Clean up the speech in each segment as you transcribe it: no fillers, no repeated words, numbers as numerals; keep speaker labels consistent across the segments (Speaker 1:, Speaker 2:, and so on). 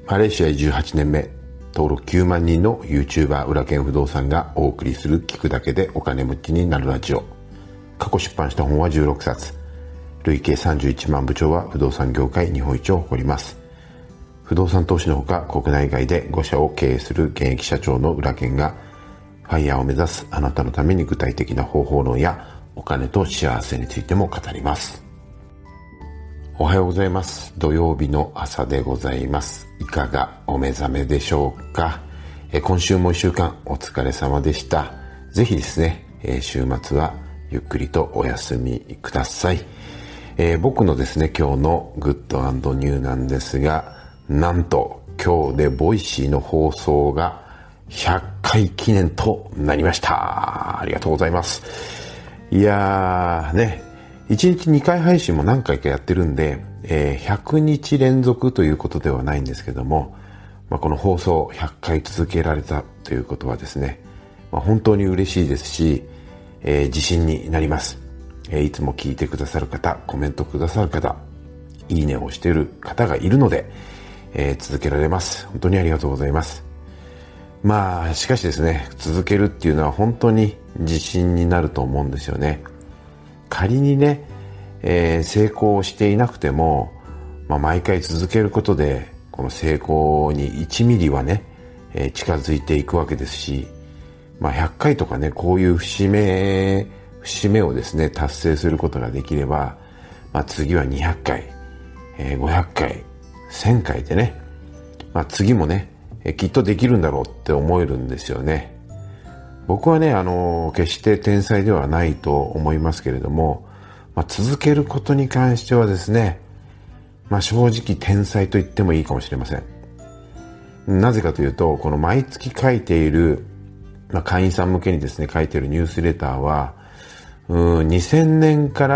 Speaker 1: マレーシアへ18年目、登録9万人の YouTuber 裏剣不動産がお送りする聞くだけでお金持ちになるラジオ。過去出版した本は16冊。累計31万部長は不動産業界日本一を誇ります。不動産投資のほか国内外で5社を経営する現役社長の裏剣がファイヤーを目指すあなたのために具体的な方法論やお金と幸せについても語ります。おはようございます。土曜日の朝でございます。いかがお目覚めでしょうか。今週も1週間お疲れ様でした。ぜひですね、週末はゆっくりとお休みください。僕のですね、今日のグッド&ニューなんですが、なんと今日でボイシーの放送が100回記念となりました。ありがとうございます。いやーね、1日2回配信も何回かやってるんで、100日連続ということではないんですけども、この放送100回続けられたということはですね、本当に嬉しいですし、自信になります。いつも聞いてくださる方、コメントくださる方、いいねを押している方がいるので、続けられます。本当にありがとうございます。しかしですね、続けるっていうのは本当に自信になると思うんですよね。仮にね、成功していなくても、毎回続けることでこの成功に1ミリはね、近づいていくわけですし、100回とかね、こういう節目をですね達成することができれば、次は200回、500回、1000回でね、次もね、きっとできるんだろうって思えるんですよね。僕はね、決して天才ではないと思いますけれども、続けることに関してはですね、正直天才と言ってもいいかもしれません。なぜかというと、この毎月書いている、会員さん向けにですね書いているニュースレターは、2000年から、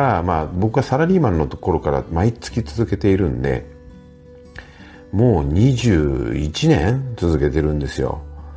Speaker 1: 僕はサラリーマンのところから毎月続けているんで、もう21年続けてるんですよ。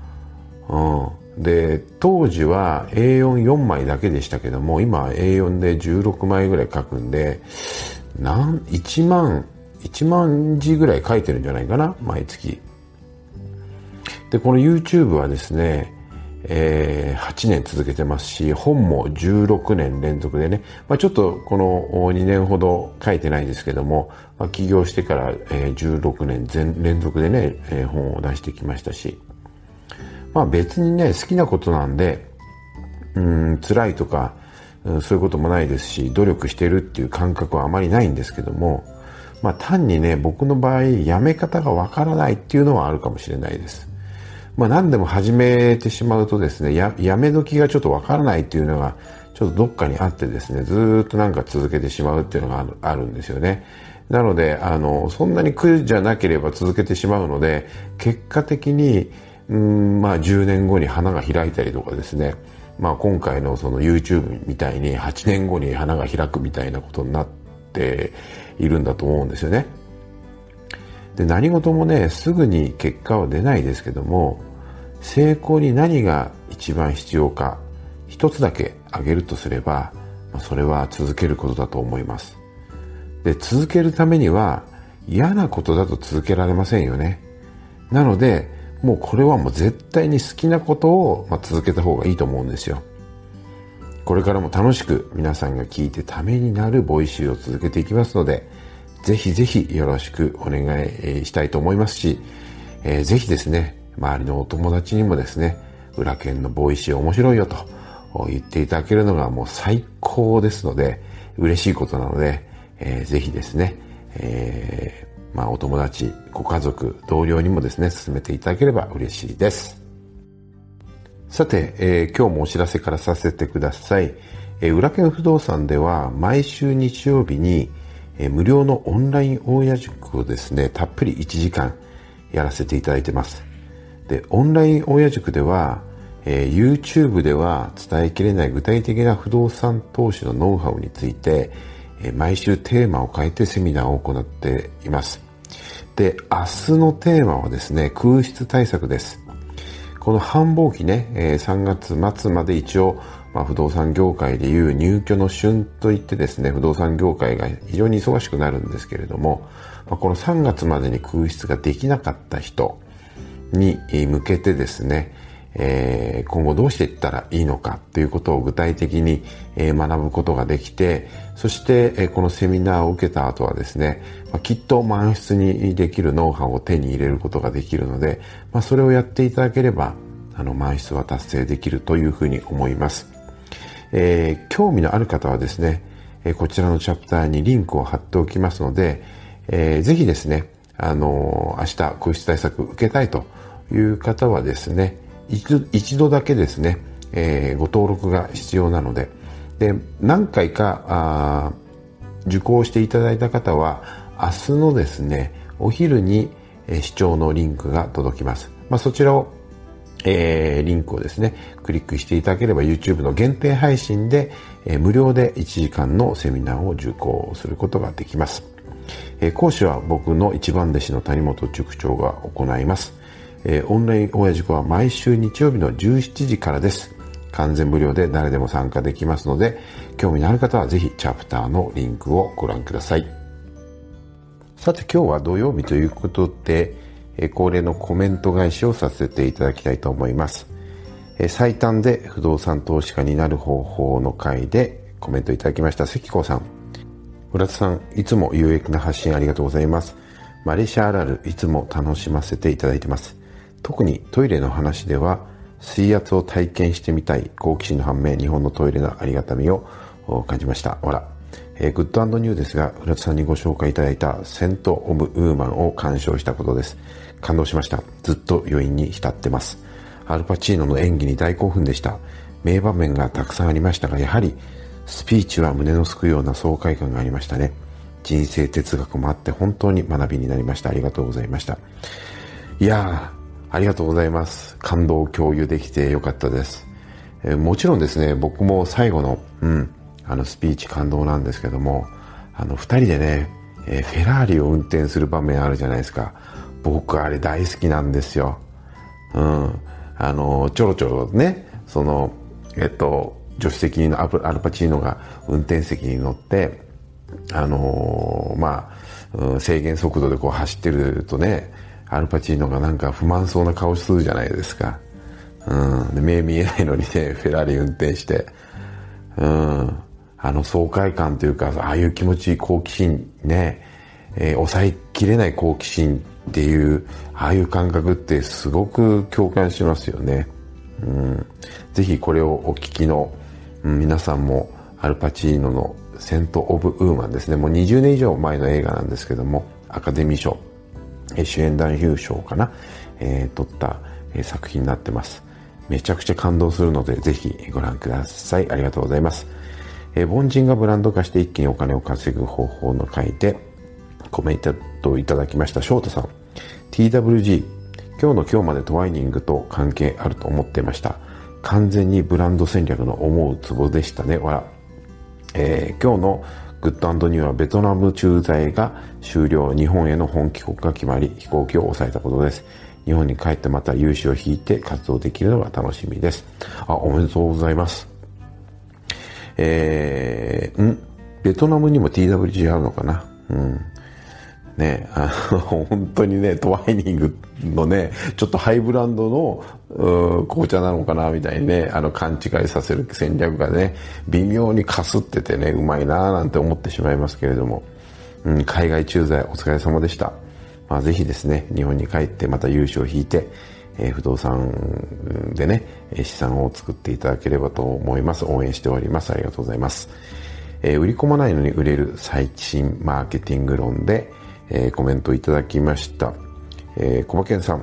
Speaker 1: で、当時は A44 枚だけでしたけども、今は A4 で16枚ぐらい書くんで、1万字ぐらい書いてるんじゃないかな、毎月。で、この YouTube はですね、8年続けてますし、本も16年連続でね、ちょっとこの2年ほど書いてないですけども、起業してから16年連続でね、本を出してきましたし、別にね、好きなことなんで、辛いとか、そういうこともないですし、努力してるっていう感覚はあまりないんですけども、単にね、僕の場合、やめ方がわからないっていうのはあるかもしれないです。何でも始めてしまうとですね、やめ時がちょっとわからないっていうのが、ちょっとどっかにあってですね、ずーっと続けてしまうっていうのがあるんですよね。なので、そんなに苦じゃなければ続けてしまうので、結果的に、10年後に花が開いたりとかですね、今回のその YouTube みたいに8年後に花が開くみたいなことになっているんだと思うんですよね。で、何事もね、すぐに結果は出ないですけども、成功に何が一番必要か、一つだけ挙げるとすれば、それは続けることだと思います。で、続けるためには嫌なことだと続けられませんよね。なので、もうこれはもう絶対に好きなことを続けた方がいいと思うんですよ。これからも楽しく皆さんが聞いてためになるボイシーを続けていきますので、ぜひぜひよろしくお願いしたいと思いますし、ぜひですね、周りのお友達にもですね、裏剣のボイシー面白いよと言っていただけるのがもう最高ですので、嬉しいことなので、ぜひですね、お友達、ご家族、同僚にもですね、進めていただければ嬉しいです。さて、今日もお知らせからさせてください。裏剣不動産では毎週日曜日に、無料のオンライン大家塾をですね、たっぷり1時間やらせていただいてます。で、オンライン大家塾では、YouTube では伝えきれない具体的な不動産投資のノウハウについて、毎週テーマを変えてセミナーを行っています。で、明日のテーマはですね、空室対策です。この繁忙期ね、3月末まで一応、 不動産業界でいう入居の旬といってですね、不動産業界が非常に忙しくなるんですけれども、この3月までに空室ができなかった人に向けてですね、今後どうしていったらいいのかということを具体的に学ぶことができて、そしてこのセミナーを受けた後はですね、きっと満室にできるノウハウを手に入れることができるので、それをやっていただければ満室は達成できるというふうに思います。興味のある方はですね、こちらのチャプターにリンクを貼っておきますので、ぜひですね、明日空室対策受けたいという方はですね、一度だけですね、ご登録が必要なので、何回か受講していただいた方は明日のですねお昼に視聴のリンクが届きます。そちらを、リンクをですねクリックしていただければ YouTube の限定配信で、無料で1時間のセミナーを受講することができます。講師は僕の一番弟子の谷本塾長が行います。オンライン親塾は毎週日曜日の17時からです。完全無料で誰でも参加できますので、興味のある方はぜひチャプターのリンクをご覧ください。さて今日は土曜日ということで、恒例のコメント返しをさせていただきたいと思います。最短で不動産投資家になる方法の回でコメントいただきました関子さん。浦田さん、いつも有益な発信ありがとうございます。マレーシアあるあるいつも楽しませていただいてます。特にトイレの話では水圧を体験してみたい好奇心の反面、日本のトイレのありがたみを感じました。グッド&ニューですが、浦田さんにご紹介いただいたセント・オブ・ウーマンを鑑賞したことです。感動しました。ずっと余韻に浸ってます。アルパチーノの演技に大興奮でした。名場面がたくさんありましたが、やはりスピーチは胸のすくような爽快感がありましたね。人生哲学もあって本当に学びになりました。ありがとうございました。いやー、ありがとうございます。感動を共有できてよかったです。もちろんですね、僕も最後の、スピーチ感動なんですけども、二人でね、フェラーリを運転する場面あるじゃないですか。僕あれ大好きなんですよ。ちょろちょろね、助手席にアルパチーノが運転席に乗って、制限速度でこう走ってるとね、アルパチーノがなんか不満そうな顔するじゃないですか。で目見えないのにね、フェラーリ運転して、爽快感というか、ああいう気持ちいい好奇心ね、抑えきれない好奇心っていう、ああいう感覚ってすごく共感しますよね。ぜひこれをお聞きの、皆さんもアルパチーノのセント・オブ・ウーマンですね。もう20年以上前の映画なんですけども、アカデミー賞、主演男優賞かな、取った、作品になってます。めちゃくちゃ感動するのでぜひご覧ください。ありがとうございます。凡人がブランド化して一気にお金を稼ぐ方法の回でコメントをいただきました翔太さん。 TWG、 今日の今日までトワイニングと関係あると思っていました。完全にブランド戦略の思うツボでしたね。今日のグッド&ニューはベトナム駐在が終了、日本への本帰国が決まり、飛行機を抑えたことです。日本に帰ってまた融資を引いて活動できるのが楽しみです。おめでとうございます。ベトナムにも TWG あるのかな。ね、本当にね、トワイニングのね、ちょっとハイブランドの紅茶なのかなみたいにね、勘違いさせる戦略がね、微妙にかすっててね、うまいなぁなんて思ってしまいますけれども、海外駐在お疲れ様でした。ぜひですね、日本に帰ってまた融資を引いて、不動産でね、資産を作っていただければと思います。応援しております。ありがとうございます。売り込まないのに売れる最新マーケティング論で、コメントいただきました。小馬健さん、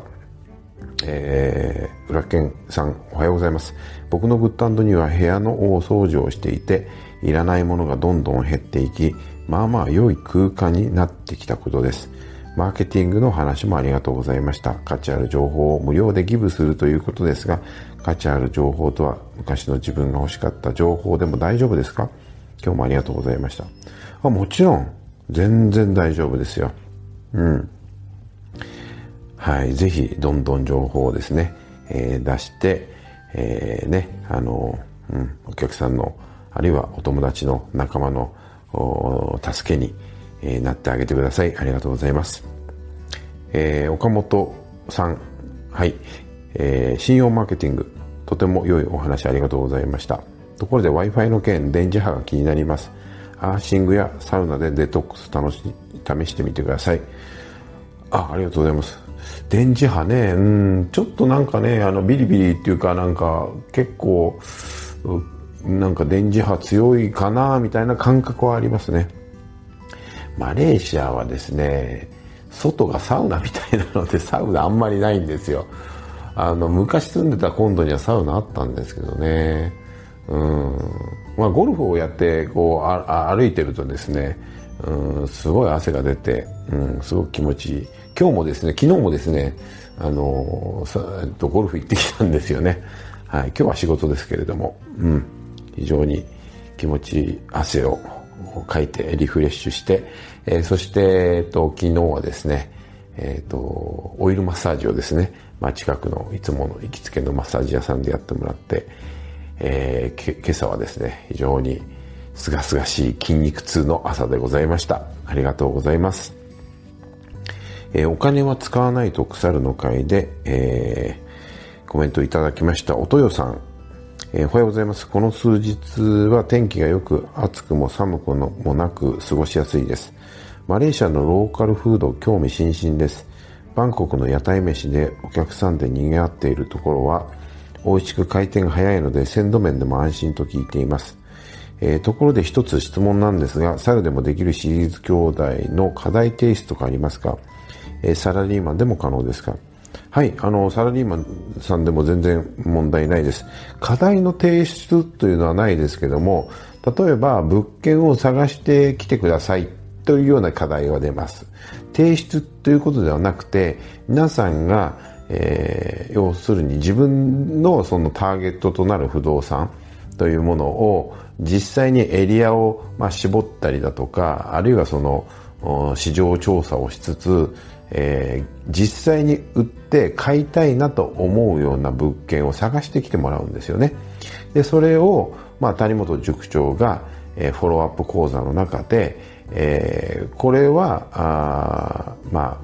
Speaker 1: 浦健さん、おはようございます。僕のグッド&ニューは部屋の大掃除をしていて、いらないものがどんどん減っていき、まあまあ良い空間になってきたことです。マーケティングの話もありがとうございました。価値ある情報を無料でギブするということですが、価値ある情報とは昔の自分が欲しかった情報でも大丈夫ですか？今日もありがとうございました。もちろん全然大丈夫ですよ。はい、ぜひどんどん情報をですね、出して、 お客さんの、あるいはお友達の仲間の助けに、なってあげてください。ありがとうございます。岡本さん、はい、信用マーケティング、とても良いお話ありがとうございました。ところで Wi-Fi の件、電磁波が気になります。アーシングやサウナでデトックス試してみてください。ありがとうございます。電磁波ね、ちょっとなんかね、ビリビリっていうかなんか結構、なんか電磁波強いかなみたいな感覚はありますね。マレーシアはですね、外がサウナみたいなのでサウナあんまりないんですよ。昔住んでた本土にはサウナあったんですけどね。ゴルフをやってこう歩いてるとですね、すごい汗が出て、すごく気持ちいい。昨日もですね、ゴルフ行ってきたんですよね。はい、今日は仕事ですけれども、非常に気持ちいい汗をかいてリフレッシュして、そして、昨日はですね、オイルマッサージをですね、近くのいつもの行きつけのマッサージ屋さんでやってもらって、今朝はですね、非常にすがすがしい筋肉痛の朝でございました。ありがとうございます。お金は使わないと腐るの会で、コメントいただきました。おとよさん、おはようございます。この数日は天気がよく暑くも寒くもなく過ごしやすいです。マレーシアのローカルフード興味津々です。バンコクの屋台飯でお客さんで賑わっているところは美味しく回転が早いので鮮度面でも安心と聞いています。ところで一つ質問なんですが、サルでもできるシリーズ兄弟の課題提出とかありますか？サラリーマンでも可能ですか？はい、サラリーマンさんでも全然問題ないです。課題の提出というのはないですけども、例えば物件を探してきてくださいというような課題は出ます。提出ということではなくて、皆さんが、要するに自分のそのターゲットとなる不動産というものを実際にエリアを絞ったりだとか、あるいはその市場調査をしつつ、実際に売って買いたいなと思うような物件を探してきてもらうんですよね。で、それを、谷本塾長が、フォローアップ講座の中で、これは、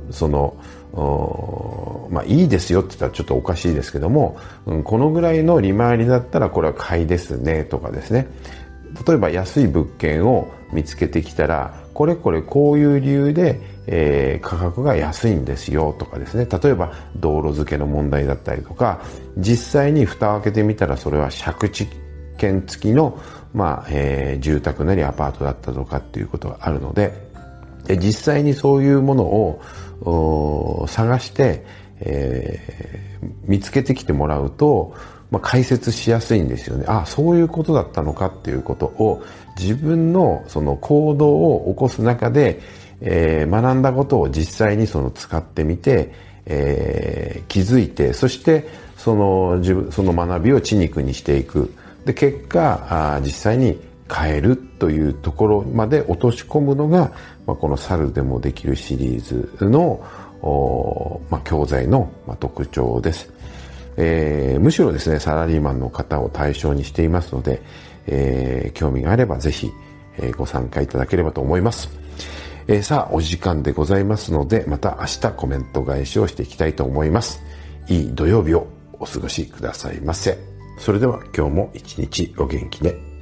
Speaker 1: いいですよって言ったらちょっとおかしいですけども、このぐらいの利回りだったらこれは買いですねとかですね。例えば安い物件を見つけてきたら、これこういう理由で、価格が安いんですよとかですね。例えば道路付けの問題だったりとか、実際に蓋を開けてみたらそれは借地権付きの、住宅なりアパートだったとかっていうことがあるので、実際にそういうものを探して、見つけてきてもらうと、解説しやすいんですよね。そういうことだったのかっていうことを自分のその行動を起こす中で、学んだことを実際にその使ってみて、気づいて、そしてその学びを血肉にしていく。で、結果実際に変えるというところまで落とし込むのが、この猿でもできるシリーズの教材の特徴です。むしろですね、サラリーマンの方を対象にしていますので、興味があればぜひ、ご参加いただければと思います。さあ、お時間でございますので、また明日コメント返しをしていきたいと思います。いい土曜日をお過ごしくださいませ。それでは今日も一日お元気で。